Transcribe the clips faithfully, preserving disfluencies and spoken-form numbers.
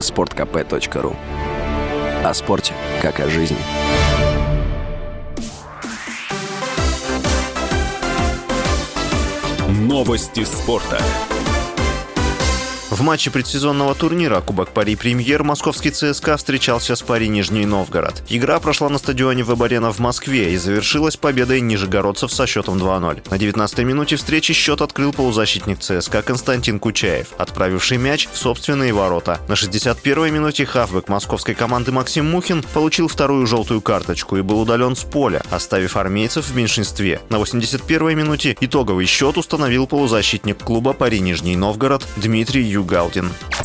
спорт ка пэ точка ру. О спорте, как о жизни. Новости спорта. В матче предсезонного турнира Кубок Пари Премьер московский ЦСКА встречался с Пари Нижний Новгород. Игра прошла на стадионе Вэб-Арена в Москве и завершилась победой нижегородцев со счетом два ноль. На девятнадцатой минуте встречи счет открыл полузащитник ЦСКА Константин Кучаев, отправивший мяч в собственные ворота. На шестьдесят первой минуте хавбэк московской команды Максим Мухин получил вторую желтую карточку и был удален с поля, оставив армейцев в меньшинстве. На восемьдесят первой минуте итоговый счет установил полузащитник клуба Пари Нижний Новгород Дмитрий Юрьевич Галдин.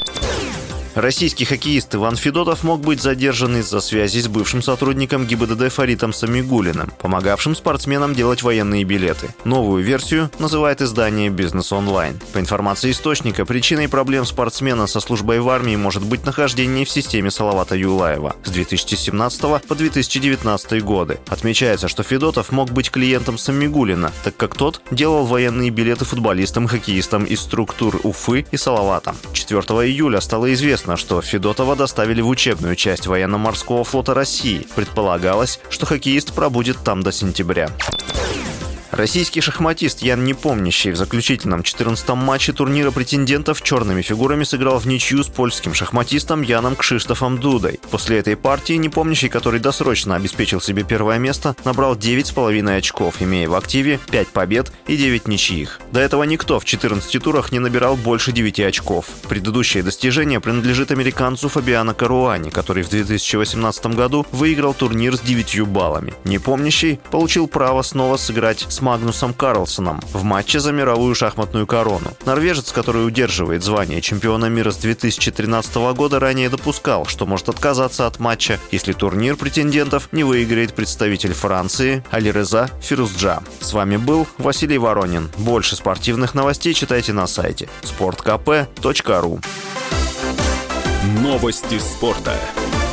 Российский хоккеист Иван Федотов мог быть задержан из-за связи с бывшим сотрудником ГИБДД Фаритом Самигуллиным, помогавшим спортсменам делать военные билеты. Новую версию называет издание «Бизнес Онлайн». По информации источника, причиной проблем спортсмена со службой в армии может быть нахождение в системе Салавата Юлаева с две тысячи семнадцатого по две тысячи девятнадцатый годы. Отмечается, что Федотов мог быть клиентом Самигуллина, так как тот делал военные билеты футболистам и хоккеистам из структур Уфы и Салавата. четвёртого июля стало известно, что Федотова доставили в учебную часть военно-морского флота России. Предполагалось, что хоккеист пробудет там до сентября. Российский шахматист Ян Непомнящий в заключительном четырнадцатом матче турнира претендентов черными фигурами сыграл в ничью с польским шахматистом Яном Кшиштофом Дудой. После этой партии Непомнящий, который досрочно обеспечил себе первое место, набрал девять с половиной очков, имея в активе пять побед и девять ничьих. До этого никто в четырнадцати турах не набирал больше девяти очков. Предыдущее достижение принадлежит американцу Фабиано Каруани, который в две тысячи восемнадцатом году выиграл турнир с девятью баллами. Непомнящий получил право снова сыграть с Магнусом Карлсоном в матче за мировую шахматную корону. Норвежец, который удерживает звание чемпиона мира с две тысячи тринадцатого года, ранее допускал, что может отказаться от матча, если турнир претендентов не выиграет представитель Франции Алиреза Фирузджа. С вами был Василий Воронин. Больше спортивных новостей читайте на сайте спорт ка пэ точка ру. Новости спорта.